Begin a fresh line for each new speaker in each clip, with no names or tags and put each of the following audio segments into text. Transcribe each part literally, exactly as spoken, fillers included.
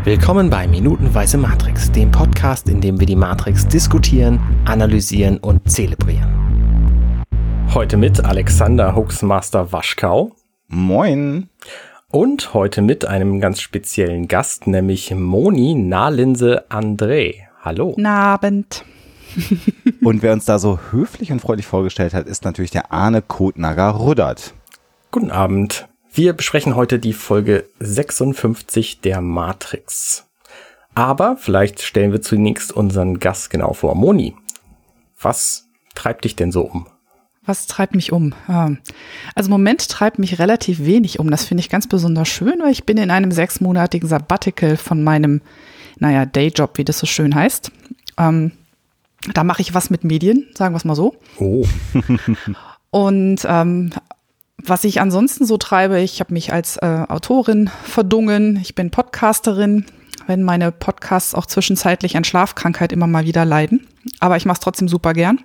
Willkommen bei Minutenweise Matrix, dem Podcast, in dem wir die Matrix diskutieren, analysieren und zelebrieren. Heute mit Alexander Hoaxmaster Waschkau.
Moin.
Und heute mit einem ganz speziellen Gast, nämlich Moni Nahlinse André. Hallo.
Guten Abend.
Und wer uns da so höflich und freundlich vorgestellt hat, ist natürlich der Arne Kotnager-Ruddert.
Guten Abend. Wir besprechen heute die Folge sechsundfünfzig der Matrix. Aber vielleicht stellen wir zunächst unseren Gast genau vor. Moni, was treibt dich denn so um?
Was treibt mich um? Also im Moment treibt mich relativ wenig um. Das finde ich ganz besonders schön, weil ich bin in einem sechsmonatigen Sabbatical von meinem, naja, Dayjob, wie das so schön heißt. Ähm, da mache ich was mit Medien, sagen wir es mal so.
Oh.
Und ähm, was ich ansonsten so treibe, ich habe mich als äh, Autorin verdungen, ich bin Podcasterin, wenn meine Podcasts auch zwischenzeitlich an Schlafkrankheit immer mal wieder leiden. Aber ich mache es trotzdem super gern.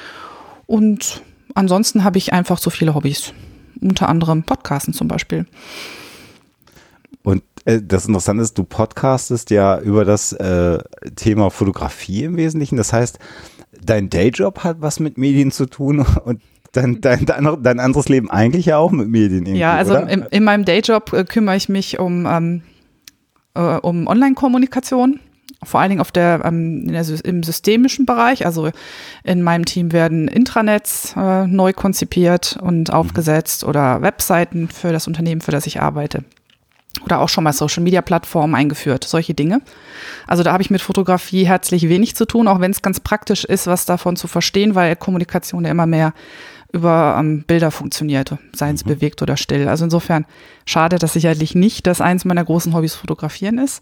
Und ansonsten habe ich einfach so viele Hobbys, unter anderem Podcasten zum Beispiel.
Und äh, das Interessante ist, du podcastest ja über das äh, Thema Fotografie im Wesentlichen. Das heißt, dein Dayjob hat was mit Medien zu tun und Dein, dein, dein, dein anderes Leben eigentlich ja auch mit Medien irgendwie,
ja, also
oder?
Im, in meinem Dayjob äh, kümmere ich mich um, ähm, äh, um Online-Kommunikation, vor allen Dingen auf der, ähm, in der, im systemischen Bereich. Also in meinem Team werden Intranets äh, neu konzipiert und aufgesetzt mhm. oder Webseiten für das Unternehmen, für das ich arbeite. Oder auch schon mal Social-Media-Plattformen eingeführt, solche Dinge. Also da habe ich mit Fotografie herzlich wenig zu tun, auch wenn es ganz praktisch ist, was davon zu verstehen, weil Kommunikation ja immer mehr über ähm, Bilder funktioniert, seien es mhm. bewegt oder still. Also insofern schade, dass sicherlich nicht, dass eins meiner großen Hobbys Fotografieren ist.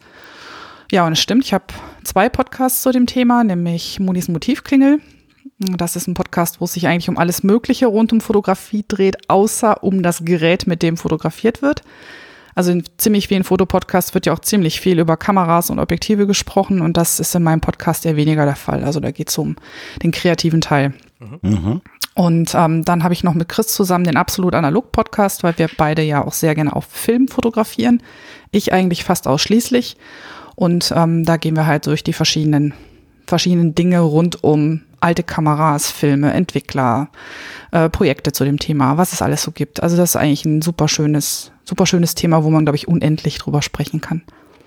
Ja, und es stimmt, ich habe zwei Podcasts zu dem Thema, nämlich Monis Motivklingel. Das ist ein Podcast, wo es sich eigentlich um alles Mögliche rund um Fotografie dreht, außer um das Gerät, mit dem fotografiert wird. Also in ziemlich vielen Fotopodcasts wird ja auch ziemlich viel über Kameras und Objektive gesprochen und das ist in meinem Podcast eher weniger der Fall. Also da geht es um den kreativen Teil. Mhm. Und ähm, dann habe ich noch mit Chris zusammen den Absolut Analog Podcast, weil wir beide ja auch sehr gerne auf Film fotografieren. Ich eigentlich fast ausschließlich. Und ähm, da gehen wir halt durch die verschiedenen, verschiedenen Dinge rund um alte Kameras, Filme, Entwickler, äh, Projekte zu dem Thema, was es alles so gibt. Also das ist eigentlich ein super schönes, super schönes Thema, wo man, glaube ich, unendlich drüber sprechen kann.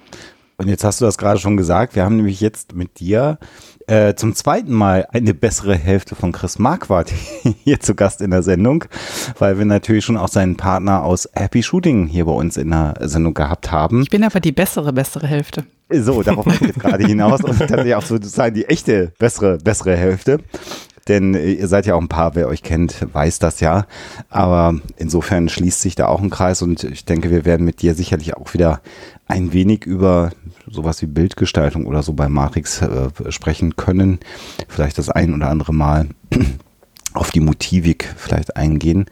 Und jetzt hast du das gerade schon gesagt, wir haben nämlich jetzt mit dir äh, zum zweiten Mal eine bessere Hälfte von Chris Marquardt hier zu Gast in der Sendung, weil wir natürlich schon auch seinen Partner aus Happy Shooting hier bei uns in der Sendung gehabt haben.
Ich bin aber die bessere, bessere Hälfte.
So, darauf kommt jetzt gerade hinaus und tatsächlich auch sozusagen die echte bessere, bessere Hälfte. Denn ihr seid ja auch ein Paar, wer euch kennt, weiß das ja. Aber insofern schließt sich da auch ein Kreis und ich denke, wir werden mit dir sicherlich auch wieder ein wenig über sowas wie Bildgestaltung oder so bei Matrix äh, sprechen können. Vielleicht das ein oder andere Mal auf die Motivik vielleicht eingehen.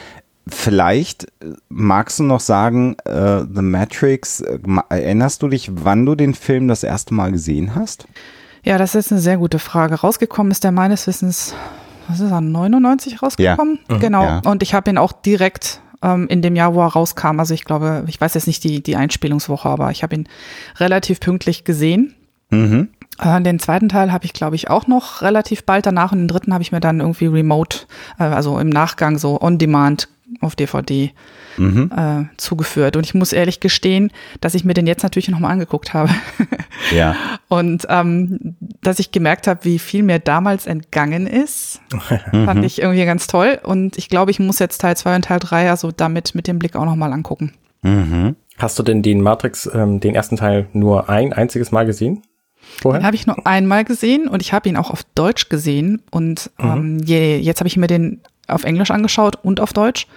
Vielleicht magst du noch sagen, äh, The Matrix, äh, erinnerst du dich, wann du den Film das erste Mal gesehen hast?
Ja, das ist eine sehr gute Frage. Rausgekommen ist der meines Wissens, was ist er, neunundneunzig rausgekommen? Ja. Genau. Ja. Und ich habe ihn auch direkt ähm, in dem Jahr, wo er rauskam, also ich glaube, ich weiß jetzt nicht die, die Einspielungswoche, aber ich habe ihn relativ pünktlich gesehen. Mhm. Äh, den zweiten Teil habe ich, glaube ich, auch noch relativ bald danach und den dritten habe ich mir dann irgendwie remote, äh, also im Nachgang so on demand auf D V D mhm. äh, zugeführt. Und ich muss ehrlich gestehen, dass ich mir den jetzt natürlich nochmal angeguckt habe.
Ja.
Und ähm, dass ich gemerkt habe, wie viel mir damals entgangen ist, fand ich irgendwie ganz toll. Und ich glaube, ich muss jetzt Teil zwei und Teil drei also damit mit dem Blick auch nochmal angucken.
Mhm. Hast du denn den Matrix, ähm, den ersten Teil nur ein einziges Mal gesehen? Vorher?
Den habe ich nur einmal gesehen und ich habe ihn auch auf Deutsch gesehen. Und mhm. ähm, je, jetzt habe ich mir den auf Englisch angeschaut und auf Deutsch.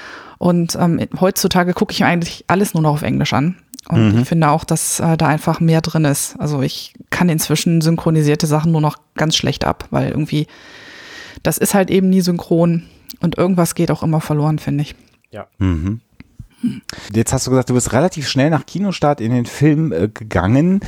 Und ähm, heutzutage gucke ich mir eigentlich alles nur noch auf Englisch an. Und mhm. ich finde auch, dass äh, da einfach mehr drin ist. Also ich kann inzwischen synchronisierte Sachen nur noch ganz schlecht ab, weil irgendwie, das ist halt eben nie synchron und irgendwas geht auch immer verloren, finde ich.
Ja.
Mhm. Jetzt hast du gesagt, du bist relativ schnell nach Kinostart in den Film äh, gegangen.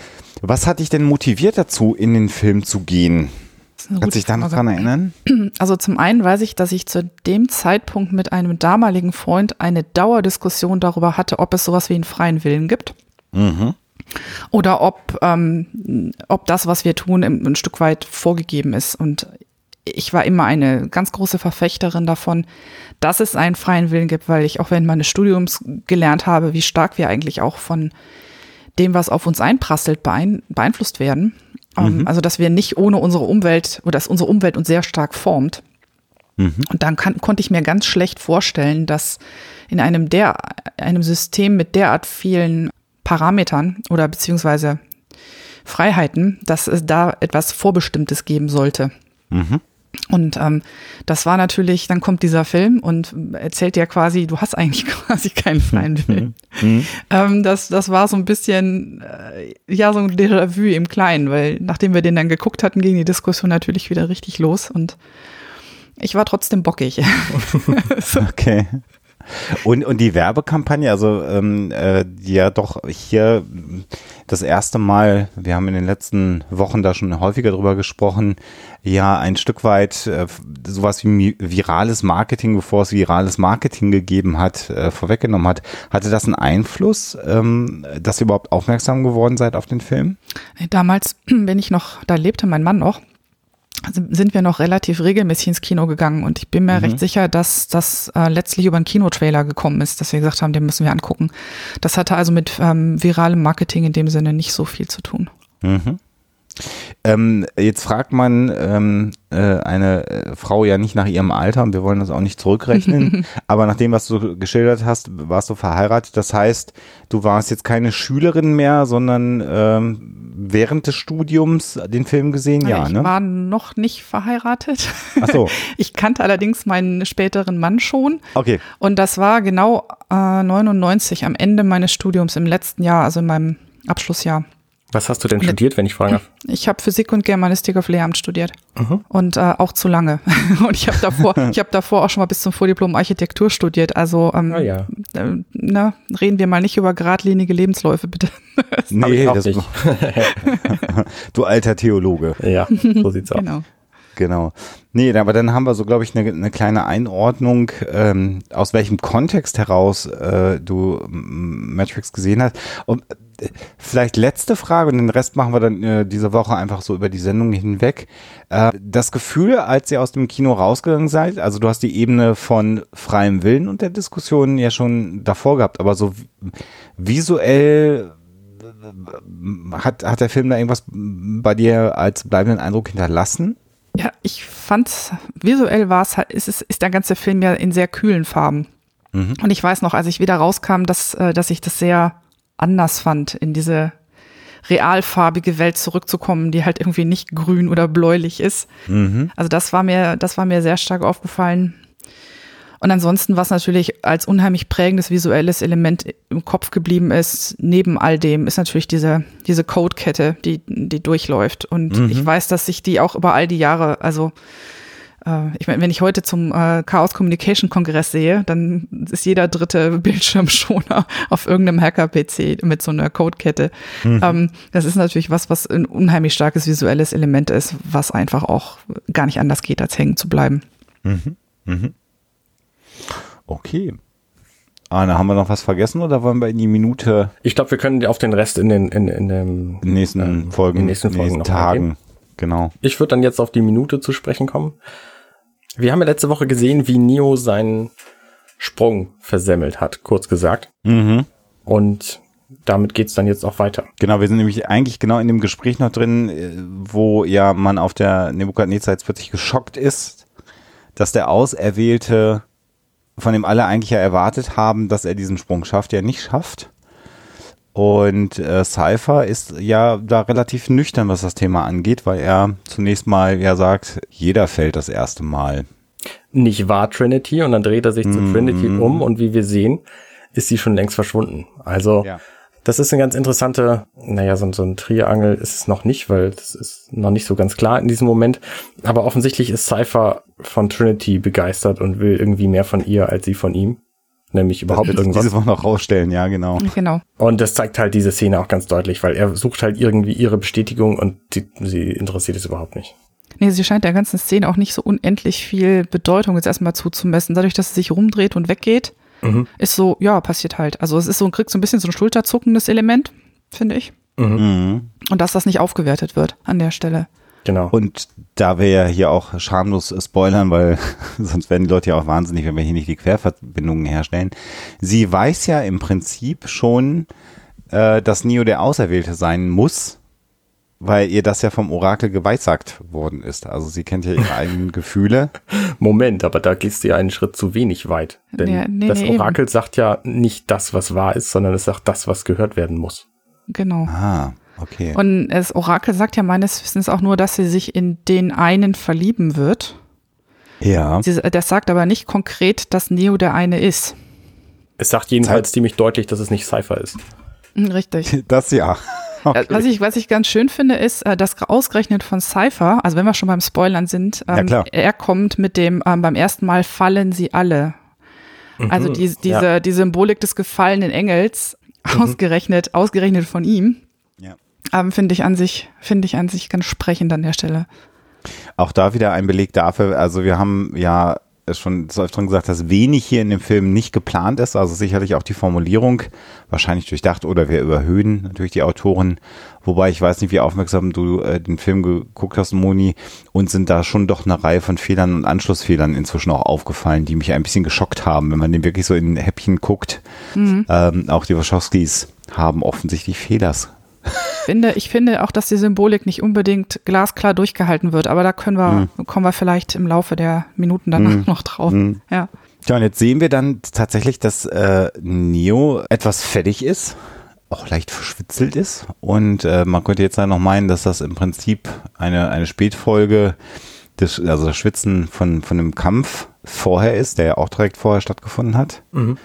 Was hat dich denn motiviert dazu, in den Film zu gehen? Kannst du dich da noch dran erinnern?
Also zum einen weiß ich, dass ich zu dem Zeitpunkt mit einem damaligen Freund eine Dauerdiskussion darüber hatte, ob es sowas wie einen freien Willen gibt. Mhm. oder ob, ähm, ob das, was wir tun, ein Stück weit vorgegeben ist. Und ich war immer eine ganz große Verfechterin davon, dass es einen freien Willen gibt, weil ich auch während meines Studiums gelernt habe, wie stark wir eigentlich auch von dem, was auf uns einprasselt, beein- beeinflusst werden. Mhm. Um, also, dass wir nicht ohne unsere Umwelt oder dass unsere Umwelt uns sehr stark formt. Mhm. Und dann kann, konnte ich mir ganz schlecht vorstellen, dass in einem der, einem System mit derart vielen Parametern oder beziehungsweise Freiheiten, dass es da etwas Vorbestimmtes geben sollte. Mhm. Und ähm, das war natürlich, dann kommt dieser Film und erzählt dir quasi, du hast eigentlich quasi keinen freien Willen. Mhm. Ähm, das, das war so ein bisschen, äh, ja, so ein Déjà-vu im Kleinen, weil nachdem wir den dann geguckt hatten, ging die Diskussion natürlich wieder richtig los und ich war trotzdem bockig.
So. Okay. Und, und die Werbekampagne, also ähm, äh, die ja doch hier das erste Mal, wir haben in den letzten Wochen da schon häufiger drüber gesprochen, ja ein Stück weit äh, sowas wie virales Marketing, bevor es virales Marketing gegeben hat, äh, vorweggenommen hat. Hatte das einen Einfluss, ähm, dass ihr überhaupt aufmerksam geworden seid auf den Film?
Damals, wenn ich noch, da lebte mein Mann noch, sind wir noch relativ regelmäßig ins Kino gegangen und ich bin mir mhm. recht sicher, dass das äh, letztlich über einen Kinotrailer gekommen ist, dass wir gesagt haben, den müssen wir angucken. Das hatte also mit ähm, viralem Marketing in dem Sinne nicht so viel zu tun.
Mhm. Ähm, jetzt fragt man ähm, äh, eine äh, Frau ja nicht nach ihrem Alter und wir wollen das auch nicht zurückrechnen, aber nach dem, was du geschildert hast, warst du verheiratet. Das heißt, du warst jetzt keine Schülerin mehr, sondern ähm, während des Studiums den Film gesehen? Ja,
ich
ne?
war noch nicht verheiratet.
Ach so.
Ich kannte allerdings meinen späteren Mann schon.
Okay.
Und das war genau äh, neunundneunzig, am Ende meines Studiums im letzten Jahr, also in meinem Abschlussjahr.
Was hast du denn studiert, wenn ich fragen darf?
Ich habe Physik und Germanistik auf Lehramt studiert. Mhm. Und äh, auch zu lange. Und ich habe davor, ich habe davor auch schon mal bis zum Vordiplom Architektur studiert. Also ähm,
ah, ja.
äh, na, reden wir mal nicht über geradlinige Lebensläufe, bitte.
Das nee, das nicht. Du alter Theologe.
Ja, so sieht's aus.
Genau.
Genau. Nee, aber dann haben wir so, glaube ich, eine, eine kleine Einordnung, ähm, aus welchem Kontext heraus äh, du Matrix gesehen hast. Und äh, vielleicht letzte Frage und den Rest machen wir dann äh, diese Woche einfach so über die Sendung hinweg. Äh, das Gefühl, als ihr aus dem Kino rausgegangen seid, also du hast die Ebene von freiem Willen und der Diskussion ja schon davor gehabt, aber so visuell hat, hat der Film da irgendwas bei dir als bleibenden Eindruck hinterlassen?
Ja, ich fand's, visuell war es halt, ist, ist, ist der ganze Film ja in sehr kühlen Farben. Mhm. Und ich weiß noch, als ich wieder rauskam, dass, dass ich das sehr anders fand, in diese realfarbige Welt zurückzukommen, die halt irgendwie nicht grün oder bläulich ist. Mhm. Also das war mir, das war mir sehr stark aufgefallen. Und ansonsten, was natürlich als unheimlich prägendes visuelles Element im Kopf geblieben ist, neben all dem, ist natürlich diese, diese Codekette, die, die durchläuft. Und mhm. ich weiß, dass sich die auch über all die Jahre, also äh, ich meine, wenn ich heute zum äh, Chaos Communication Kongress sehe, dann ist jeder dritte Bildschirmschoner auf irgendeinem Hacker-P C mit so einer Codekette. Mhm. Ähm, das ist natürlich was, was ein unheimlich starkes visuelles Element ist, was einfach auch gar nicht anders geht, als hängen zu bleiben.
Mhm. Mhm. Okay. Anna, haben wir noch was vergessen oder wollen wir in die Minute?
Ich glaube, wir können auf den Rest in den in, in den
nächsten ähm, Folgen,
in den nächsten, Folgen
nächsten Tagen. Genau.
Ich würde dann jetzt auf die Minute zu sprechen kommen. Wir haben ja letzte Woche gesehen, wie Neo seinen Sprung versemmelt hat, kurz gesagt. Mhm. Und damit geht's dann jetzt auch weiter.
Genau, wir sind nämlich eigentlich genau in dem Gespräch noch drin, wo ja man auf der Nebukadnezar jetzt plötzlich geschockt ist, dass der Auserwählte, von dem alle eigentlich ja erwartet haben, dass er diesen Sprung schafft, ja nicht schafft. Und äh, Cypher ist ja da relativ nüchtern, was das Thema angeht, weil er zunächst mal ja sagt, jeder fällt das erste Mal.
Nicht wahr, Trinity? Und dann dreht er sich mm-hmm. zu Trinity um und wie wir sehen, ist sie schon längst verschwunden. Also ja. Das ist eine ganz interessante, naja, so, so ein Triangel ist es noch nicht, weil das ist noch nicht so ganz klar in diesem Moment. Aber offensichtlich ist Cypher von Trinity begeistert und will irgendwie mehr von ihr als sie von ihm. Nämlich überhaupt
das
irgendwas.
Diese Woche noch rausstellen, ja, genau.
Genau.
Und das zeigt halt diese Szene auch ganz deutlich, weil er sucht halt irgendwie ihre Bestätigung und sie, sie interessiert es überhaupt nicht.
Nee, sie scheint der ganzen Szene auch nicht so unendlich viel Bedeutung jetzt erstmal zuzumessen. Dadurch, dass sie sich rumdreht und weggeht, mhm. ist so, ja, passiert halt. Also es ist so, kriegt so ein bisschen so ein schulterzuckendes Element. finde ich.
Mhm.
Und dass das nicht aufgewertet wird an der Stelle.
Genau.
Und da wir ja hier auch schamlos spoilern, weil sonst werden die Leute ja auch wahnsinnig, wenn wir hier nicht die Querverbindungen herstellen. Sie weiß ja im Prinzip schon, äh, dass Neo der Auserwählte sein muss, weil ihr das ja vom Orakel geweissagt worden ist. Also sie kennt ja ihre eigenen Gefühle.
Moment, aber da gehst du ja einen Schritt zu wenig weit. Denn
Ja, nee,
das
nee,
Orakel sagt ja nicht das, was wahr ist, sondern es sagt das, was gehört werden muss.
Genau.
Ah, okay.
Und das Orakel sagt ja meines Wissens auch nur, dass sie sich in den einen verlieben wird.
Ja.
Sie, das sagt aber nicht konkret, dass Neo der eine ist.
Es sagt jedenfalls ziemlich deutlich, dass es nicht Cypher ist.
Hm, Richtig.
Das ja. Okay.
Was ich, was ich ganz schön finde, ist, dass ausgerechnet von Cypher, also wenn wir schon beim Spoilern sind, ähm,
Ja, klar.
er kommt mit dem, ähm, beim ersten Mal fallen sie alle. Also die, diese,
ja.
die Symbolik des gefallenen Engels, ausgerechnet, ausgerechnet von ihm,
Ja.
ähm, finde ich an sich, finde ich an sich ganz sprechend an der Stelle.
Auch da wieder ein Beleg dafür, also wir haben ja schon so öfter gesagt, dass wenig hier in dem Film nicht geplant ist, also sicherlich auch die Formulierung, wahrscheinlich durchdacht oder wir überhöhen natürlich die Autoren, wobei ich weiß nicht, wie aufmerksam du äh, den Film geguckt hast, Moni, und sind da schon doch eine Reihe von Fehlern und Anschlussfehlern inzwischen auch aufgefallen, die mich ein bisschen geschockt haben, wenn man den wirklich so in Häppchen guckt. Mhm. Ähm, auch die Wachowskis haben offensichtlich Fehlers.
Ich finde, ich finde auch, dass die Symbolik nicht unbedingt glasklar durchgehalten wird, aber da können wir, mhm. kommen wir vielleicht im Laufe der Minuten danach mhm. noch drauf.
Mhm.
Ja.
Ja, und jetzt sehen wir dann tatsächlich, dass äh, Neo etwas fettig ist, auch leicht verschwitzelt ist und äh, man könnte jetzt dann noch meinen, dass das im Prinzip eine, eine Spätfolge des, also das Schwitzen von, von einem Kampf vorher ist, der ja auch direkt vorher stattgefunden hat.
Mhm.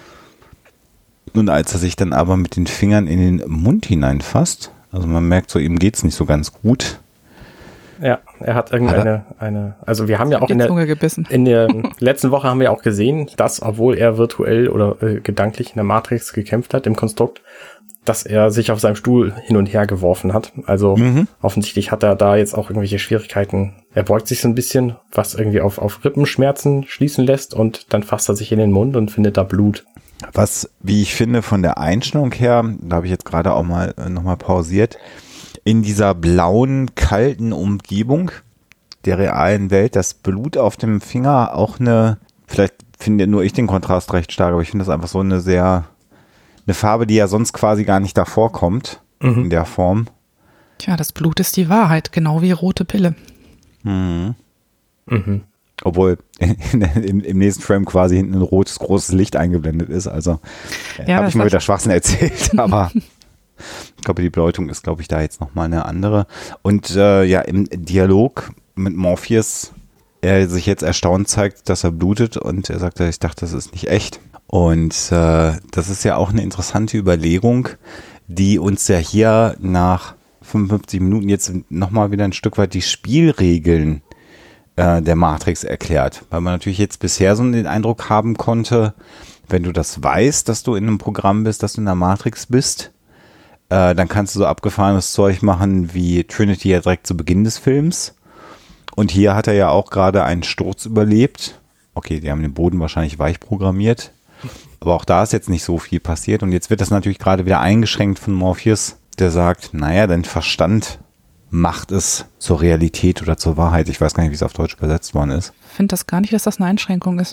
Und als er sich dann aber mit den Fingern in den Mund hineinfasst, also man merkt so, ihm geht's nicht so ganz gut.
Ja, er hat irgendeine, eine, also wir haben ja auch in der,
gebissen.
in der letzten Woche haben wir auch gesehen, dass, obwohl er virtuell oder äh, gedanklich in der Matrix gekämpft hat, im Konstrukt, dass er sich auf seinem Stuhl hin und her geworfen hat. Also mhm. offensichtlich hat er da jetzt auch irgendwelche Schwierigkeiten. Er beugt sich so ein bisschen, was irgendwie auf, auf Rippenschmerzen schließen lässt und dann fasst er sich in den Mund und findet da Blut.
Was, wie ich finde, von der Einstellung her, da habe ich jetzt gerade auch mal äh, nochmal pausiert, in dieser blauen, kalten Umgebung der realen Welt, das Blut auf dem Finger auch eine, vielleicht finde nur ich den Kontrast recht stark, aber ich finde das einfach so eine sehr, eine Farbe, die ja sonst quasi gar nicht davor kommt, mhm. in der Form.
Tja, das Blut ist die Wahrheit, genau wie rote Pille.
Mhm.
Mhm.
Obwohl im, im nächsten Frame quasi hinten ein rotes, großes Licht eingeblendet ist. Also äh,
ja,
habe ich mal wieder Schwachsinn erzählt, aber ich glaube, die Bedeutung ist, glaube ich, da jetzt nochmal eine andere. Und äh, ja, im Dialog mit Morpheus, er sich jetzt erstaunt zeigt, dass er blutet und er sagt, ich dachte, das ist nicht echt. Und äh, das ist ja auch eine interessante Überlegung, die uns ja hier nach fünfundfünfzig Minuten jetzt nochmal wieder ein Stück weit die Spielregeln der Matrix erklärt, weil man natürlich jetzt bisher so den Eindruck haben konnte, wenn du das weißt, dass du in einem Programm bist, dass du in der Matrix bist, äh, dann kannst du so abgefahrenes Zeug machen wie Trinity ja direkt zu Beginn des Films. Und hier hat er ja auch gerade einen Sturz überlebt. Okay, die haben den Boden wahrscheinlich weich programmiert, aber auch da ist jetzt nicht so viel passiert und jetzt wird das natürlich gerade wieder eingeschränkt von Morpheus, der sagt, naja, dein Verstand macht es zur Realität oder zur Wahrheit. Ich weiß gar nicht, wie es auf Deutsch übersetzt worden ist.
Ich finde das gar nicht, dass das eine Einschränkung ist.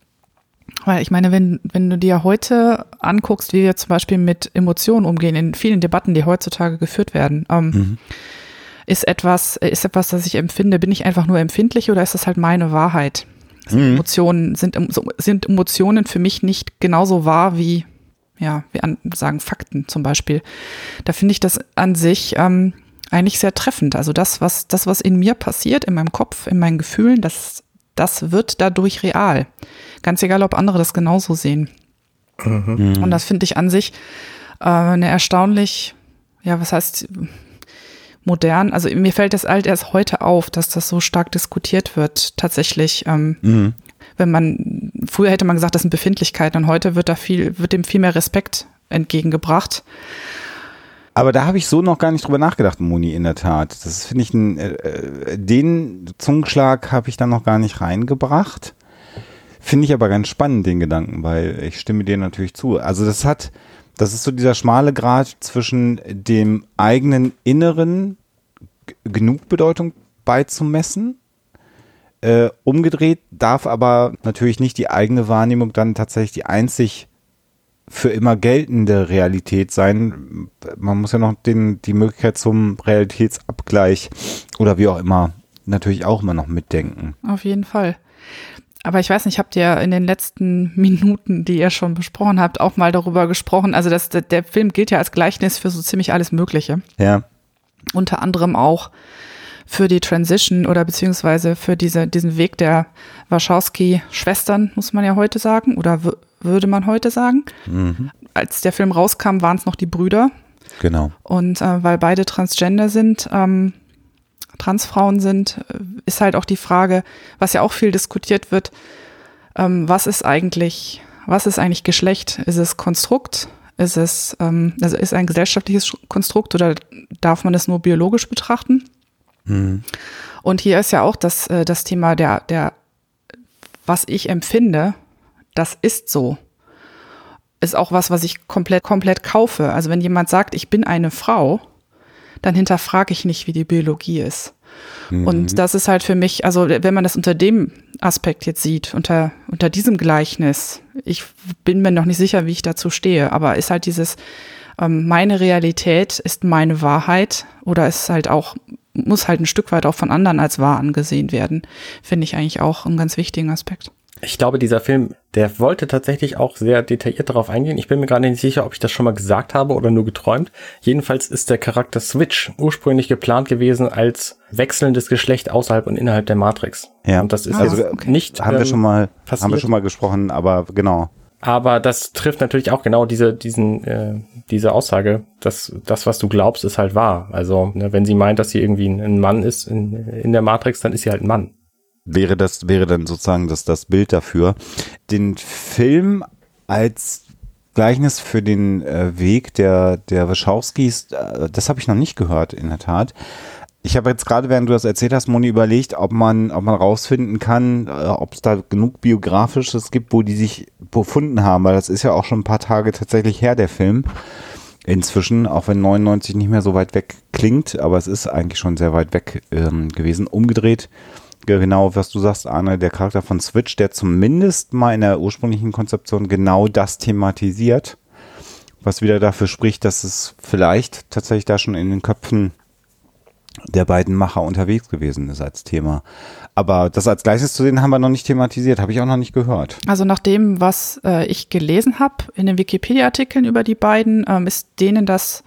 Weil ich meine, wenn, wenn du dir heute anguckst, wie wir zum Beispiel mit Emotionen umgehen, in vielen Debatten, die heutzutage geführt werden, ähm, mhm. ist etwas, ist etwas, das ich empfinde, bin ich einfach nur empfindlich oder ist das halt meine Wahrheit? Mhm. Emotionen, sind, sind Emotionen für mich nicht genauso wahr wie, ja, wie an, sagen Fakten zum Beispiel. Da finde ich das an sich, ähm, eigentlich sehr treffend. Also das, was, das, was in mir passiert, in meinem Kopf, in meinen Gefühlen, das, das wird dadurch real. Ganz egal, ob andere das genauso sehen. Mhm. Und das finde ich an sich äh, eine erstaunlich, ja, was heißt modern, also mir fällt das halt erst heute auf, dass das so stark diskutiert wird, tatsächlich. Ähm, mhm. Wenn man, früher hätte man gesagt, das sind Befindlichkeiten und heute wird da viel, wird dem viel mehr Respekt entgegengebracht.
Aber da habe ich so noch gar nicht drüber nachgedacht, Moni, in der Tat. Das finde ich, ein, äh, den Zungenschlag habe ich da noch gar nicht reingebracht. Finde ich aber ganz spannend, den Gedanken, weil ich stimme dir natürlich zu. Also das hat Das ist so dieser schmale Grat zwischen dem eigenen Inneren g- genug Bedeutung beizumessen. Äh, umgedreht darf aber natürlich nicht die eigene Wahrnehmung dann tatsächlich die einzig für immer geltende Realität sein. Man muss ja noch den, die Möglichkeit zum Realitätsabgleich oder wie auch immer natürlich auch immer noch mitdenken.
Auf jeden Fall. Aber ich weiß nicht, habt ihr in den letzten Minuten, die ihr schon besprochen habt, auch mal darüber gesprochen, also das, der Film gilt ja als Gleichnis für so ziemlich alles Mögliche.
Ja.
Unter anderem auch für die Transition oder beziehungsweise für diese, diesen Weg der Wachowski-Schwestern, muss man ja heute sagen, oder w- würde man heute sagen.
Mhm.
Als der Film rauskam, waren es noch die Brüder.
Genau.
Und äh, weil beide Transgender sind, ähm, Transfrauen sind, ist halt auch die Frage, was ja auch viel diskutiert wird, ähm, was ist eigentlich, was ist eigentlich Geschlecht? Ist es Konstrukt? Ist es, ähm, also ist ein gesellschaftliches Konstrukt oder darf man das nur biologisch betrachten?
Mhm.
Und hier ist ja auch das, äh, das Thema der, der, was ich empfinde, das ist so. Ist auch was, was ich komplett, komplett kaufe. Also wenn jemand sagt, ich bin eine Frau, dann hinterfrage ich nicht, wie die Biologie ist. Mhm. Und das ist halt für mich, also wenn man das unter dem Aspekt jetzt sieht, unter, unter diesem Gleichnis, ich bin mir noch nicht sicher, wie ich dazu stehe, aber ist halt dieses, ähm, meine Realität ist meine Wahrheit oder ist halt auch, muss halt ein Stück weit auch von anderen als wahr angesehen werden, finde ich eigentlich auch einen ganz wichtigen Aspekt.
Ich glaube, dieser Film, der wollte tatsächlich auch sehr detailliert darauf eingehen. Ich bin mir gerade nicht sicher, ob ich das schon mal gesagt habe oder nur geträumt. Jedenfalls ist der Charakter Switch ursprünglich geplant gewesen als wechselndes Geschlecht außerhalb und innerhalb der Matrix.
Ja,
und das ist
ah,
also
okay.
nicht
haben wir
ähm,
schon mal
passiert.
haben wir schon mal gesprochen, aber genau.
Aber das trifft natürlich auch genau diese diesen äh, diese Aussage, dass das, was du glaubst, ist halt wahr. Also ne, wenn sie meint, dass sie irgendwie ein Mann ist in, in der Matrix, dann ist sie halt ein Mann.
Wäre das, wäre dann sozusagen das, das Bild dafür. Den Film als Gleichnis für den äh, Weg der, der Wachowskis, äh, das habe ich noch nicht gehört, in der Tat. Ich habe jetzt gerade, während du das erzählt hast, Moni, überlegt, ob man, ob man rausfinden kann, äh, ob es da genug Biografisches gibt, wo die sich befunden haben, weil das ist ja auch schon ein paar Tage tatsächlich her, der Film. Inzwischen, auch wenn neunundneunzig nicht mehr so weit weg klingt, aber es ist eigentlich schon sehr weit weg ähm, gewesen. Umgedreht, genau, was du sagst, Arne, der Charakter von Switch, der zumindest mal in der ursprünglichen Konzeption genau das thematisiert, was wieder dafür spricht, dass es vielleicht tatsächlich da schon in den Köpfen der beiden Macher unterwegs gewesen ist als Thema. Aber das als Gleiches zu sehen, haben wir noch nicht thematisiert, habe ich auch noch nicht gehört.
Also nach dem, was äh, ich gelesen habe in den Wikipedia-Artikeln über die beiden, ähm, ist denen das,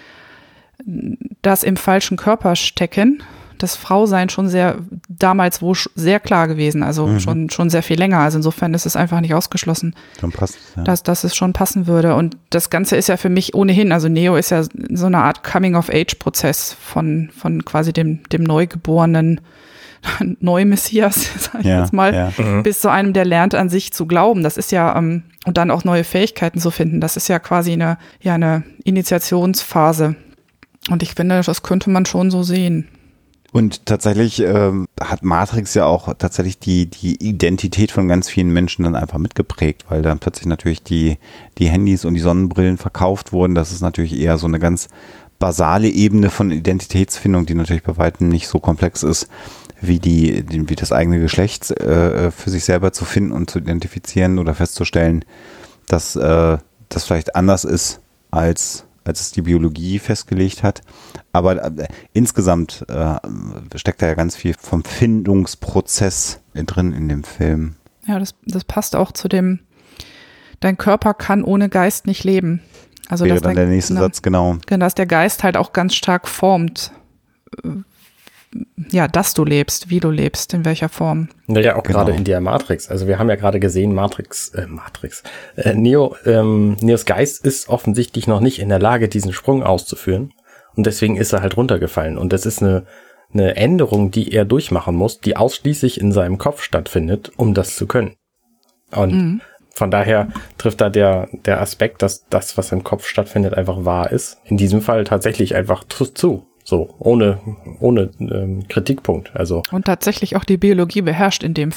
das im falschen Körper stecken, das Frausein schon sehr, damals wohl sehr klar gewesen, also mhm. schon, schon sehr viel länger. Also insofern ist es einfach nicht ausgeschlossen,
schon passt, ja.
dass, dass es schon passen würde. Und das Ganze ist ja für mich ohnehin, also Neo ist ja so eine Art Coming-of-Age-Prozess von, von quasi dem, dem neugeborenen Neumessias, sag ich
ja,
jetzt mal,
ja.
Mhm.
bis zu einem, der lernt an sich zu glauben. Das ist ja, ähm, und dann auch neue Fähigkeiten zu finden. Das ist ja quasi eine, ja, eine Initiationsphase. Und ich finde, das könnte man schon so sehen.
Und tatsächlich ähm, hat Matrix ja auch tatsächlich die die Identität von ganz vielen Menschen dann einfach mitgeprägt, weil dann plötzlich natürlich die die Handys und die Sonnenbrillen verkauft wurden. Das ist natürlich eher so eine ganz basale Ebene von Identitätsfindung, die natürlich bei weitem nicht so komplex ist, wie die, die wie das eigene Geschlecht äh, für sich selber zu finden und zu identifizieren oder festzustellen, dass äh, das vielleicht anders ist als als es die Biologie festgelegt hat. Aber äh, insgesamt äh, steckt da ja ganz viel vom Findungsprozess drin in dem Film.
Ja, das, das passt auch zu dem, dein Körper kann ohne Geist nicht leben. Also
Wäre
dass
dann
der,
der nächste
na,
Satz, genau.
Dass der Geist halt auch ganz stark formt, ja, dass du lebst, wie du lebst, in welcher Form.
Naja, auch
Genau.
gerade in der Matrix. Also wir haben ja gerade gesehen, Matrix, äh, Matrix, äh, Neo, ähm, Neos Geist ist offensichtlich noch nicht in der Lage, diesen Sprung auszuführen. Und deswegen ist er halt runtergefallen. Und das ist eine, eine Änderung, die er durchmachen muss, die ausschließlich in seinem Kopf stattfindet, um das zu können. Und mhm. von daher trifft da der, der Aspekt, dass das, was im Kopf stattfindet, einfach wahr ist. In diesem Fall tatsächlich einfach zu. So, ohne, ohne ähm, Kritikpunkt. Also
und tatsächlich auch die Biologie beherrscht in dem Fall.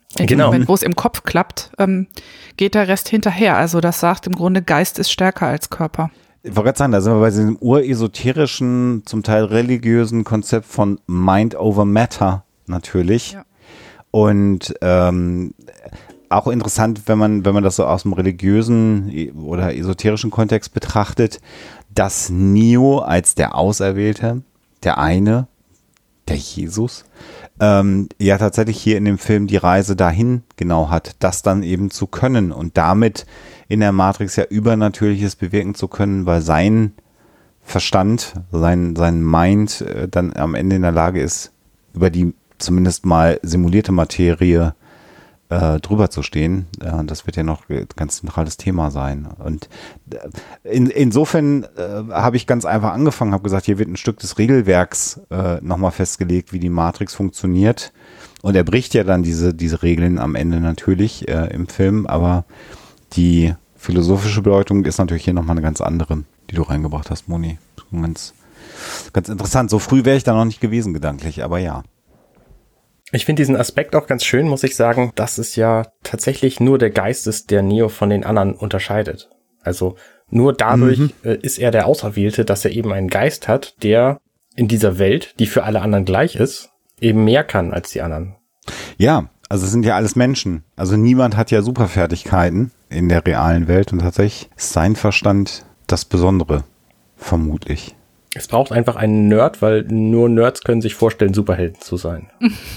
In dem
Genau.
Moment, wo es im Kopf klappt, ähm, geht der Rest hinterher. Also das sagt im Grunde, Geist ist stärker als Körper.
Ich wollte gerade sagen, da sind wir bei diesem uresoterischen, zum Teil religiösen Konzept von Mind over Matter natürlich.
Ja.
Und ähm, auch interessant, wenn man, wenn man das so aus dem religiösen oder esoterischen Kontext betrachtet, dass Neo als der Auserwählte, der eine, der Jesus, ähm, ja tatsächlich hier in dem Film die Reise dahin genau hat, das dann eben zu können und damit in der Matrix ja Übernatürliches bewirken zu können, weil sein Verstand, sein, sein Mind äh, dann am Ende in der Lage ist, über die zumindest mal simulierte Materie äh, drüber zu stehen. Äh, das wird ja noch ein ganz zentrales Thema sein. Und äh, in, insofern äh, habe ich ganz einfach angefangen, habe gesagt, hier wird ein Stück des Regelwerks äh, nochmal festgelegt, wie die Matrix funktioniert. Und er bricht ja dann diese, diese Regeln am Ende natürlich äh, im Film, aber die philosophische Bedeutung ist natürlich hier nochmal eine ganz andere, die du reingebracht hast, Moni. Ganz, ganz interessant. So früh wäre ich da noch nicht gewesen, gedanklich, aber ja.
Ich finde diesen Aspekt auch ganz schön, muss ich sagen, dass es ja tatsächlich nur der Geist ist, der Neo von den anderen unterscheidet. Also nur dadurch mhm. äh, ist er der Auserwählte, dass er eben einen Geist hat, der in dieser Welt, die für alle anderen gleich ist, eben mehr kann als die anderen.
Ja, also es sind ja alles Menschen. Also niemand hat ja Superfertigkeiten in der realen Welt und tatsächlich ist sein Verstand das Besondere, vermutlich.
Es braucht einfach einen Nerd, weil nur Nerds können sich vorstellen, Superhelden zu sein.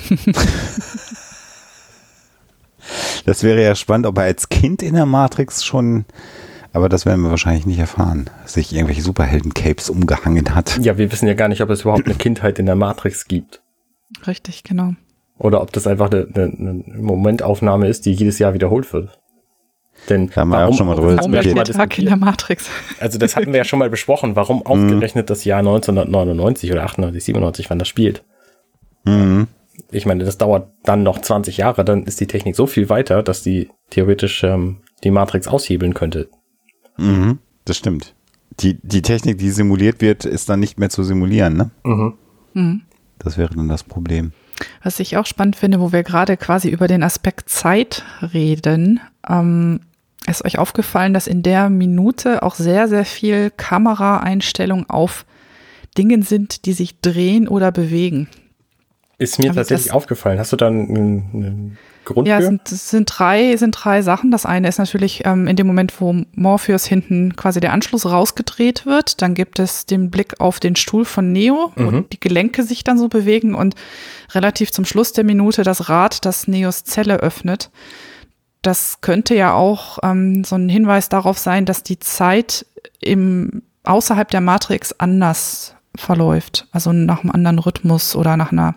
Das wäre ja spannend, ob er als Kind in der Matrix schon, aber das werden wir wahrscheinlich nicht erfahren, sich irgendwelche Superhelden-Capes umgehangen hat.
Ja, wir wissen ja gar nicht, ob es überhaupt eine Kindheit in der Matrix gibt.
Richtig, genau.
Oder ob das einfach eine, eine, eine Momentaufnahme ist, die jedes Jahr wiederholt wird. Denn
da haben wir auch schon mal drüber
diskutiert. Der Tag in der Matrix.
Also das hatten wir ja schon mal besprochen, warum ausgerechnet das Jahr neunzehnhundertneunundneunzig oder achtundneunzig, siebenundneunzig, wann das spielt.
Mhm.
Ich meine, das dauert dann noch zwanzig Jahre, dann ist die Technik so viel weiter, dass die theoretisch ähm, die Matrix aushebeln könnte.
Mhm, das stimmt. Die, die Technik, die simuliert wird, ist dann nicht mehr zu simulieren, ne?
Mhm.
Mhm.
Das wäre dann das Problem.
Was ich auch spannend finde, wo wir gerade quasi über den Aspekt Zeit reden, ähm, ist euch aufgefallen, dass in der Minute auch sehr, sehr viel Kameraeinstellungen auf Dingen sind, die sich drehen oder bewegen.
Ist mir
Aber
tatsächlich
das,
aufgefallen. Hast du da einen, einen Grund
ja,
für?
Ja, es sind, es sind drei, sind drei Sachen. Das eine ist natürlich ähm, in dem Moment, wo Morpheus hinten quasi der Anschluss rausgedreht wird. Dann gibt es den Blick auf den Stuhl von Neo, wo
Mhm.
die Gelenke sich dann so bewegen und relativ zum Schluss der Minute das Rad, das Neos Zelle öffnet. Das könnte ja auch ähm, so ein Hinweis darauf sein, dass die Zeit im außerhalb der Matrix anders verläuft. Also nach einem anderen Rhythmus oder nach einer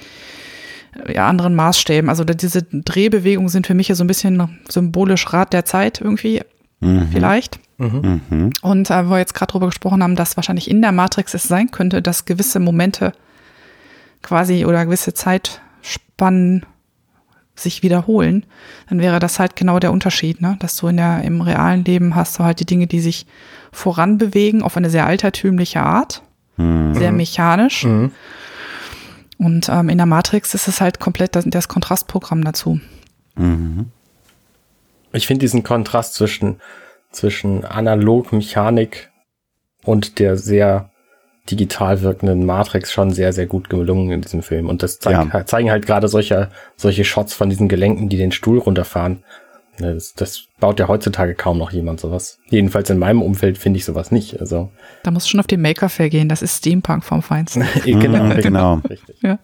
ja, anderen Maßstäben. Also diese Drehbewegungen sind für mich ja so ein bisschen symbolisch Rad der Zeit irgendwie, mhm. vielleicht.
Mhm.
Mhm.
Und äh, wo wir jetzt gerade drüber gesprochen haben, dass wahrscheinlich in der Matrix es sein könnte, dass gewisse Momente quasi oder gewisse Zeitspannen sich wiederholen, dann wäre das halt genau der Unterschied, ne? Dass du in der, im realen Leben hast du halt die Dinge, die sich voranbewegen auf eine sehr altertümliche Art,
Mhm.
sehr mechanisch.
Mhm.
Und ähm, in der Matrix ist es halt komplett das, das Kontrastprogramm dazu.
Mhm.
Ich finde diesen Kontrast zwischen, zwischen analog Mechanik und der sehr digital wirkenden Matrix schon sehr, sehr gut gelungen in diesem Film. Und das zeig,
Ja.
zeigen halt gerade solche, solche Shots von diesen Gelenken, die den Stuhl runterfahren. Das, das baut ja heutzutage kaum noch jemand sowas. Jedenfalls in meinem Umfeld finde ich sowas nicht. Also
Da musst du schon auf den Maker Faire gehen, das ist Steampunk vom Feinsten.
genau,
Mhm, genau.
Richtig.
Ja.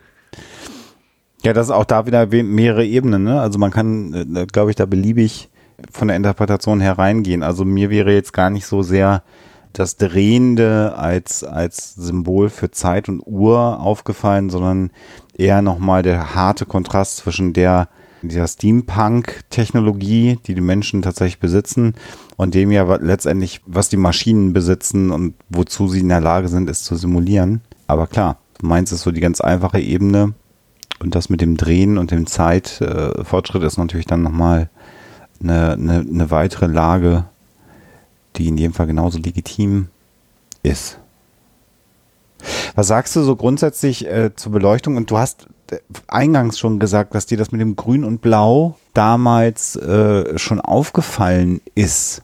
Ja, das ist auch da wieder we- mehrere Ebenen, ne? Also man kann, äh, glaube ich, da beliebig von der Interpretation hereingehen. Also mir wäre jetzt gar nicht so sehr das Drehende als, als Symbol für Zeit und Uhr aufgefallen, sondern eher nochmal der harte Kontrast zwischen der, dieser Steampunk-Technologie, die die Menschen tatsächlich besitzen, und dem ja wa- letztendlich, was die Maschinen besitzen und wozu sie in der Lage sind, es zu simulieren. Aber klar, meins ist so die ganz einfache Ebene, und das mit dem Drehen und dem Zeitfortschritt äh, ist natürlich dann nochmal eine, eine, eine weitere Lage, die in jedem Fall genauso legitim ist. Was sagst du so grundsätzlich äh, zur Beleuchtung? Und du hast eingangs schon gesagt, dass dir das mit dem Grün und Blau damals äh, schon aufgefallen ist.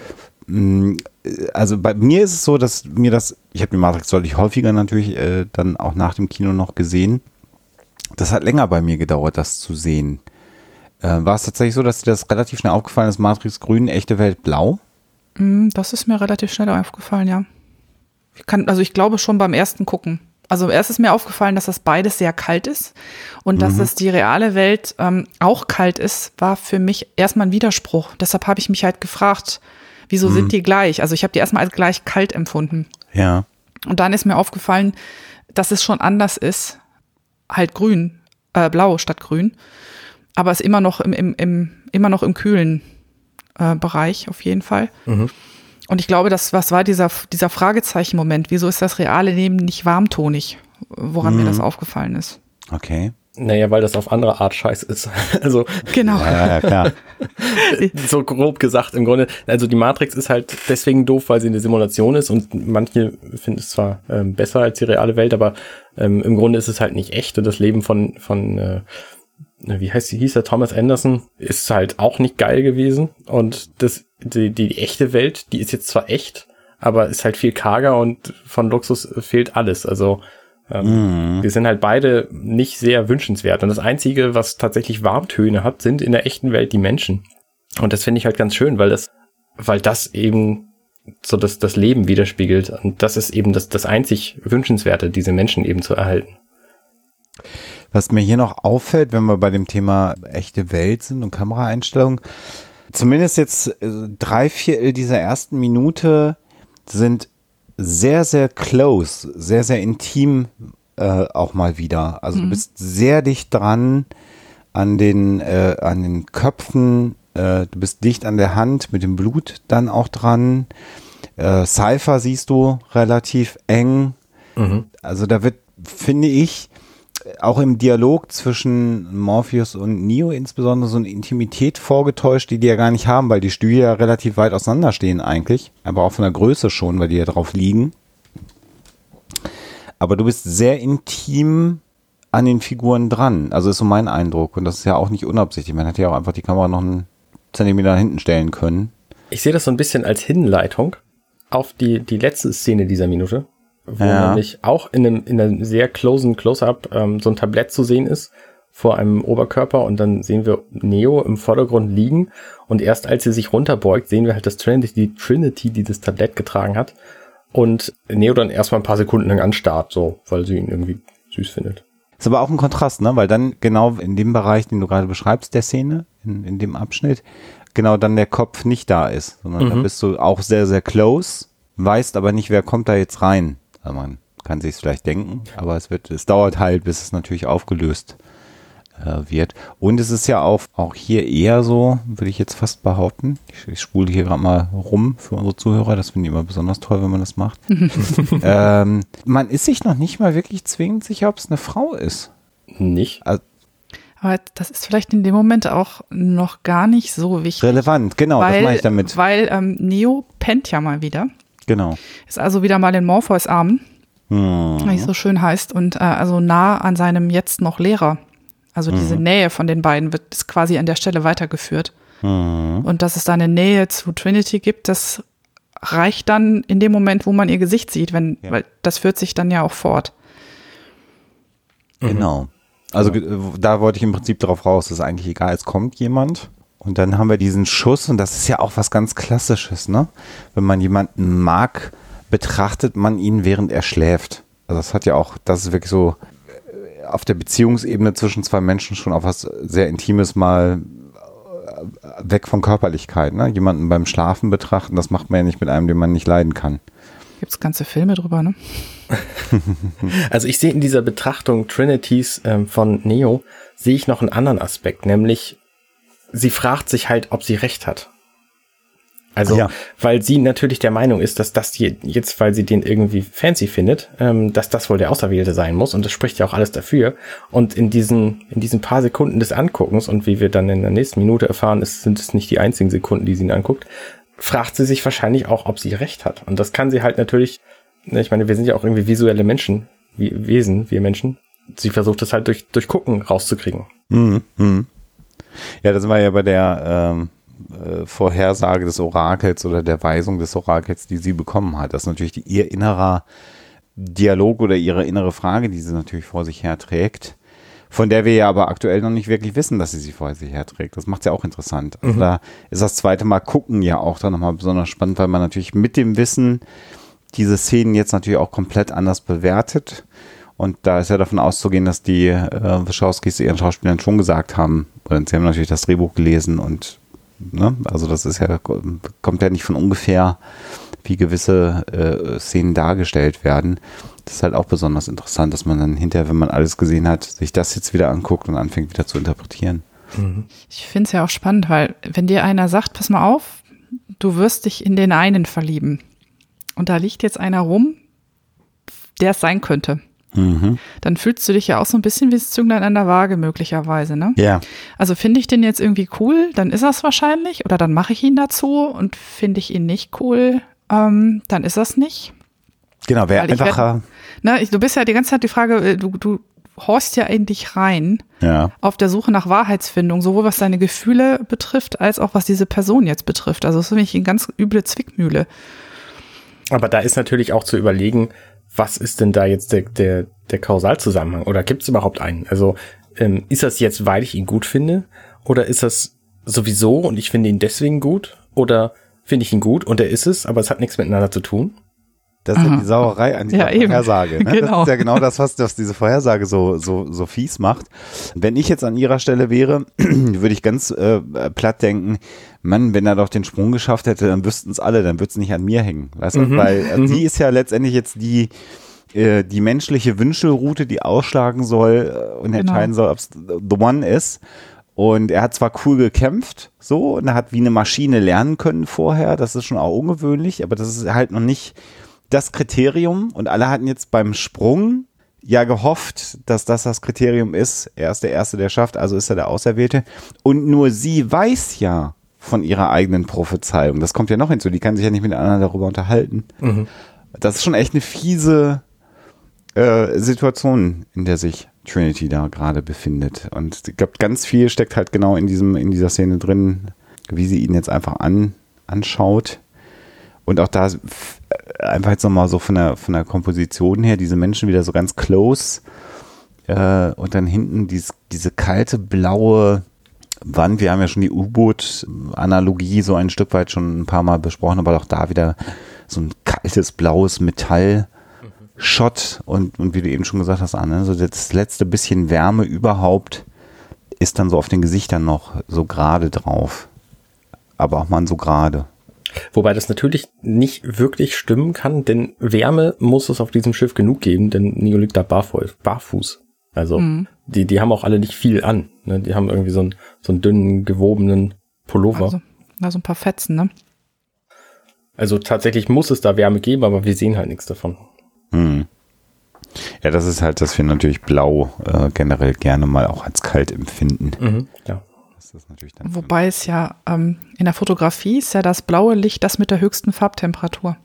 Also bei mir ist es so, dass mir das, ich habe die Matrix deutlich häufiger natürlich äh, dann auch nach dem Kino noch gesehen. Das hat länger bei mir gedauert, das zu sehen. Äh, war es tatsächlich so, dass dir das relativ schnell aufgefallen ist, Matrix grün, echte Welt blau?
Das ist mir relativ schnell aufgefallen, ja. Ich kann, also ich glaube schon beim ersten Gucken. Also erst ist mir aufgefallen, dass das beides sehr kalt ist und dass
Mhm.
es die reale Welt ähm, auch kalt ist, war für mich erstmal ein Widerspruch. Deshalb habe ich mich halt gefragt, wieso sind die gleich? Also ich habe die erstmal als gleich kalt empfunden.
Ja.
Und dann ist mir aufgefallen, dass es schon anders ist. Halt grün, äh, blau statt grün. Aber es immer noch im, im, im, immer noch im kühlen äh, Bereich auf jeden Fall.
Mhm.
Und ich glaube, das was war dieser, dieser Fragezeichen-Moment. Wieso ist das reale Leben nicht warmtonig? Woran
Mhm.
mir das aufgefallen ist.
Okay.
Naja, weil das auf andere Art scheiß ist. Also
Genau.
Ja, ja, klar.
so grob gesagt im Grunde. Also die Matrix ist halt deswegen doof, weil sie eine Simulation ist und manche finden es zwar ähm, besser als die reale Welt, aber ähm, im Grunde ist es halt nicht echt und das Leben von, von äh, wie heißt sie, hieß der Thomas Anderson, ist halt auch nicht geil gewesen und das, die, die echte Welt, die ist jetzt zwar echt, aber ist halt viel karger und von Luxus fehlt alles. Also Ähm, mhm. wir sind halt beide nicht sehr wünschenswert. Und das Einzige, was tatsächlich Warmtöne hat, sind in der echten Welt die Menschen. Und das finde ich halt ganz schön, weil das, weil das eben so das, das Leben widerspiegelt. Und das ist eben das, das einzig Wünschenswerte, diese Menschen eben zu erhalten.
Was mir hier noch auffällt, wenn wir bei dem Thema echte Welt sind und Kameraeinstellungen, zumindest jetzt äh, drei Viertel dieser ersten Minute sind sehr, sehr close, sehr, sehr intim äh, auch mal wieder. Also mhm. du bist sehr dicht dran an den, äh, an den Köpfen, äh, du bist dicht an der Hand, mit dem Blut dann auch dran. Äh, Cypher siehst du relativ eng. Mhm. Also da wird, finde ich, auch im Dialog zwischen Morpheus und Neo insbesondere so eine Intimität vorgetäuscht, die die ja gar nicht haben, weil die Stühle ja relativ weit auseinander stehen eigentlich, aber auch von der Größe schon, weil die ja drauf liegen. Aber du bist sehr intim an den Figuren dran, also ist so mein Eindruck und das ist ja auch nicht unabsichtlich, man hätte ja auch einfach die Kamera noch einen Zentimeter nach hinten stellen können.
Ich sehe das so ein bisschen als Hinleitung auf die, die letzte Szene dieser Minute, wo
ja.
nämlich auch in einem, in einem sehr closen Close-Up ähm, so ein Tablett zu sehen ist vor einem Oberkörper und dann sehen wir Neo im Vordergrund liegen und erst als sie sich runterbeugt, sehen wir halt das Trinity, die Trinity, die das Tablett getragen hat und Neo dann erstmal ein paar Sekunden lang anstarrt, so, weil sie ihn irgendwie süß findet.
Ist aber auch ein Kontrast, ne, weil dann genau in dem Bereich, den du gerade beschreibst, der Szene, in, in dem Abschnitt, genau dann der Kopf nicht da ist, sondern mhm. da bist du auch sehr, sehr close, weißt aber nicht, wer kommt da jetzt rein. Also man kann sich es vielleicht denken, aber es wird, es dauert halt, bis es natürlich aufgelöst äh, wird. Und es ist ja auch, auch hier eher so, würde ich jetzt fast behaupten, ich, ich spule hier gerade mal rum für unsere Zuhörer, das finde ich immer besonders toll, wenn man das macht. ähm, man ist sich noch nicht mal wirklich zwingend sicher, ob es eine Frau ist.
Nicht?
Also,
aber das ist vielleicht in dem Moment auch noch gar nicht so wichtig.
Relevant, genau,
weil,
das meine ich damit.
Weil ähm, Neo pennt ja mal wieder.
Genau.
Ist also wieder mal in Morpheus Armen,
hm.
wie es so schön heißt, und äh, also nah an seinem jetzt noch Lehrer. Also hm. diese Nähe von den beiden wird ist quasi an der Stelle weitergeführt. Hm. Und dass es da eine Nähe zu Trinity gibt, das reicht dann in dem Moment, wo man ihr Gesicht sieht, wenn, ja. weil das führt sich dann ja auch fort.
Genau. Also ja. da wollte ich im Prinzip darauf raus, dass eigentlich egal, es kommt jemand. Und dann haben wir diesen Schuss und das ist ja auch was ganz Klassisches, ne? Wenn man jemanden mag, betrachtet man ihn, während er schläft. Also das hat ja auch, das ist wirklich so auf der Beziehungsebene zwischen zwei Menschen schon auf was sehr Intimes mal weg von Körperlichkeit, ne? Jemanden beim Schlafen betrachten, das macht man ja nicht mit einem, den man nicht leiden kann.
Gibt's ganze Filme drüber, ne?
Also ich sehe in dieser Betrachtung Trinities ähm, von Neo, sehe ich noch einen anderen Aspekt, nämlich sie fragt sich halt, ob sie recht hat. Also, ja. weil sie natürlich der Meinung ist, dass das hier jetzt, weil sie den irgendwie fancy findet, ähm, dass das wohl der Auserwählte sein muss und das spricht ja auch alles dafür. Und in diesen, in diesen paar Sekunden des Anguckens und wie wir dann in der nächsten Minute erfahren, ist, sind es nicht die einzigen Sekunden, die sie ihn anguckt, fragt sie sich wahrscheinlich auch, ob sie recht hat. Und das kann sie halt natürlich, ich meine, wir sind ja auch irgendwie visuelle Menschen, wie Wesen, wir Menschen. sie versucht es halt durch, durch Gucken rauszukriegen.
Mhm. Mhm. Ja, das war ja bei der ähm, äh, Vorhersage des Orakels oder der Weisung des Orakels, die sie bekommen hat. Das ist natürlich die, ihr innerer Dialog oder ihre innere Frage, die sie natürlich vor sich herträgt, von der wir ja aber aktuell noch nicht wirklich wissen, dass sie sie vor sich herträgt. Das macht es ja auch interessant. Also mhm. da ist das zweite Mal Gucken ja auch dann nochmal besonders spannend, weil man natürlich mit dem Wissen diese Szenen jetzt natürlich auch komplett anders bewertet. Und da ist ja davon auszugehen, dass die äh, Wachowskis ihren Schauspielern schon gesagt haben, und sie haben natürlich das Drehbuch gelesen und ne, also das ist ja, kommt ja nicht von ungefähr, wie gewisse äh, Szenen dargestellt werden. Das ist halt auch besonders interessant, dass man dann hinterher, wenn man alles gesehen hat, sich das jetzt wieder anguckt und anfängt wieder zu interpretieren.
Mhm. Ich finde es ja auch spannend, weil wenn dir einer sagt, pass mal auf, du wirst dich in den einen verlieben und da liegt jetzt einer rum, der es sein könnte. Mhm. Dann fühlst du dich ja auch so ein bisschen wie das Zünglein an der Waage möglicherweise, ne?
Ja.
Also finde ich den jetzt irgendwie cool, dann ist das wahrscheinlich oder dann mache ich ihn dazu und finde ich ihn nicht cool, ähm, dann ist das nicht.
Genau, wäre einfacher.
Ne, ich, du bist ja die ganze Zeit die Frage, du, du horchst ja in dich rein,
ja,
auf der Suche nach Wahrheitsfindung, sowohl was deine Gefühle betrifft, als auch was diese Person jetzt betrifft. Also das ist für mich eine ganz üble Zwickmühle.
Aber da ist natürlich auch zu überlegen, was ist denn da jetzt der, der, der Kausalzusammenhang? Oder gibt es überhaupt einen? Also ähm, ist das jetzt, weil ich ihn gut finde? Oder ist das sowieso und ich finde ihn deswegen gut? Oder finde ich ihn gut und er ist es, aber es hat nichts miteinander zu tun?
Das ist ja die Sauerei an dieser
ja,
Vorhersage. Ne?
Genau.
Das ist ja genau das, was, was diese Vorhersage so, so, so fies macht. Wenn ich jetzt an ihrer Stelle wäre, würde ich ganz äh, platt denken, Mann, wenn er doch den Sprung geschafft hätte, dann wüssten es alle, dann würde es nicht an mir hängen. Weißt du?
Mhm.
Weil äh,
mhm.
die ist ja letztendlich jetzt die, äh, die menschliche Wünschelroute, die ausschlagen soll äh, und
genau.
entscheiden soll, ob es the one ist. Und er hat zwar cool gekämpft, so, und er hat wie eine Maschine lernen können vorher, das ist schon auch ungewöhnlich, aber das ist halt noch nicht das Kriterium, und alle hatten jetzt beim Sprung ja gehofft, dass das das Kriterium ist. Er ist der Erste, der schafft, also ist er der Auserwählte. Und nur sie weiß ja von ihrer eigenen Prophezeiung. Das kommt ja noch hinzu, die kann sich ja nicht mit anderen darüber unterhalten. Mhm. Das ist schon echt eine fiese äh, Situation, in der sich Trinity da gerade befindet. Und ich glaube, ganz viel steckt halt genau in diesem, in dieser Szene drin, wie sie ihn jetzt einfach an, anschaut. Und auch da einfach jetzt nochmal so von der, von der Komposition her, diese Menschen wieder so ganz close äh, und dann hinten dies, diese kalte blaue Wand. Wir haben ja schon die U-Boot-Analogie so ein Stück weit schon ein paar Mal besprochen, aber auch da wieder so ein kaltes blaues Metall-Shot und, und wie du eben schon gesagt hast, Anne, so das letzte bisschen Wärme überhaupt ist dann so auf den Gesichtern noch so gerade drauf. Aber auch mal so gerade.
Wobei das natürlich nicht wirklich stimmen kann, denn Wärme muss es auf diesem Schiff genug geben, denn Neo liegt da barfuß. barfuß. Also mhm. die, die haben auch alle nicht viel an. Ne? Die haben irgendwie so einen, so einen dünnen, gewobenen Pullover.
Also, also ein paar Fetzen, ne?
Also tatsächlich muss es da Wärme geben, aber wir sehen halt nichts davon.
Mhm. Ja, das ist halt, dass wir natürlich Blau äh, generell gerne mal auch als kalt empfinden.
Mhm, ja.
Das natürlich dann
Wobei es ja ähm, in der Fotografie ist ja das blaue Licht das mit der höchsten Farbtemperatur.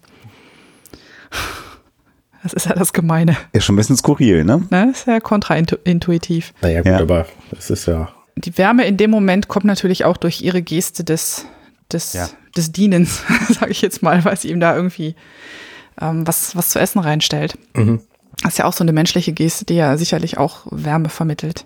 Das ist ja das Gemeine.
Ist schon ein bisschen skurril, ne?
Ne? Ist ja kontraintuitiv.
Naja, gut, ja. Aber es ist ja...
Die Wärme in dem Moment kommt natürlich auch durch ihre Geste des, des, ja. des Dienens, sage ich jetzt mal, weil sie ihm da irgendwie ähm, was, was zu essen reinstellt. Mhm. Das ist ja auch so eine menschliche Geste, die ja sicherlich auch Wärme vermittelt.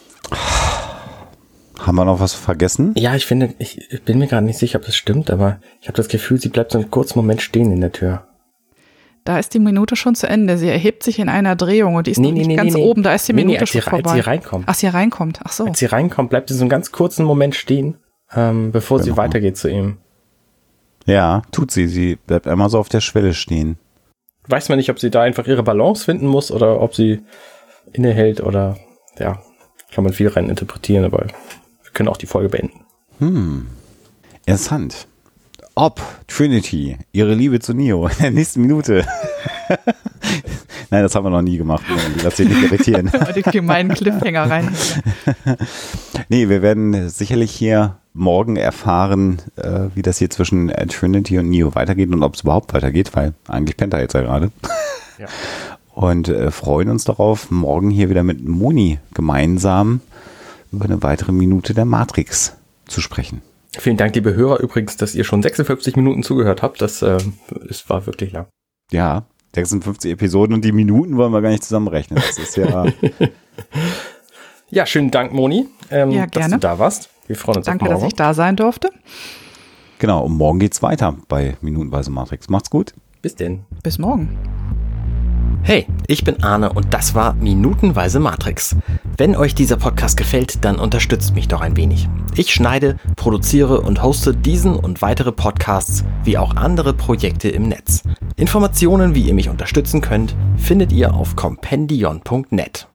Haben wir noch was vergessen?
Ja, ich finde, ich, ich bin mir gerade nicht sicher, ob das stimmt, aber ich habe das Gefühl, sie bleibt so einen kurzen Moment stehen in der Tür.
Da ist die Minute schon zu Ende. Sie erhebt sich in einer Drehung und die ist nee, noch nicht nee, ganz nee, oben. Da ist die Minute nee, nee, schon
sie,
vorbei.
Als sie reinkommt.
Ach, sie reinkommt. Ach so.
Als sie reinkommt, bleibt sie so einen ganz kurzen Moment stehen, ähm, bevor genau. sie weitergeht zu ihm.
Ja, tut sie. Sie bleibt einmal so auf der Schwelle stehen.
Weiß man nicht, ob sie da einfach ihre Balance finden muss oder ob sie innehält oder, ja, kann man viel rein interpretieren, aber wir können auch die Folge beenden.
Hm, interessant. Ob Trinity ihre Liebe zu Neo in der nächsten Minute. Nein, das haben wir noch nie gemacht. Lass dich nicht irritieren.
Die gemeinen Cliffhanger rein.
Nee, wir werden sicherlich hier morgen erfahren, äh, wie das hier zwischen äh, Trinity und Neo weitergeht und ob es überhaupt weitergeht, weil eigentlich pennt er jetzt ja gerade. Ja. und äh, freuen uns darauf, morgen hier wieder mit Moni gemeinsam über eine weitere Minute der Matrix zu sprechen.
Vielen Dank, liebe Hörer, übrigens, dass ihr schon sechsundfünfzig Minuten zugehört habt. Das äh, es war wirklich lang.
Ja, sechsundfünfzig Episoden und die Minuten wollen wir gar nicht zusammenrechnen. Das ist ja...
Ja, schönen Dank, Moni, ähm,
ja,
dass du da warst. Wir freuen uns
Danke,
auf morgen.
dass ich da sein durfte.
Genau, und morgen geht's weiter bei Minutenweise Matrix. Macht's gut.
Bis denn.
Bis morgen.
Hey, ich bin Arne und das war Minutenweise Matrix. Wenn euch dieser Podcast gefällt, dann unterstützt mich doch ein wenig. Ich schneide, produziere und hoste diesen und weitere Podcasts wie auch andere Projekte im Netz. Informationen, wie ihr mich unterstützen könnt, findet ihr auf compendion punkt net.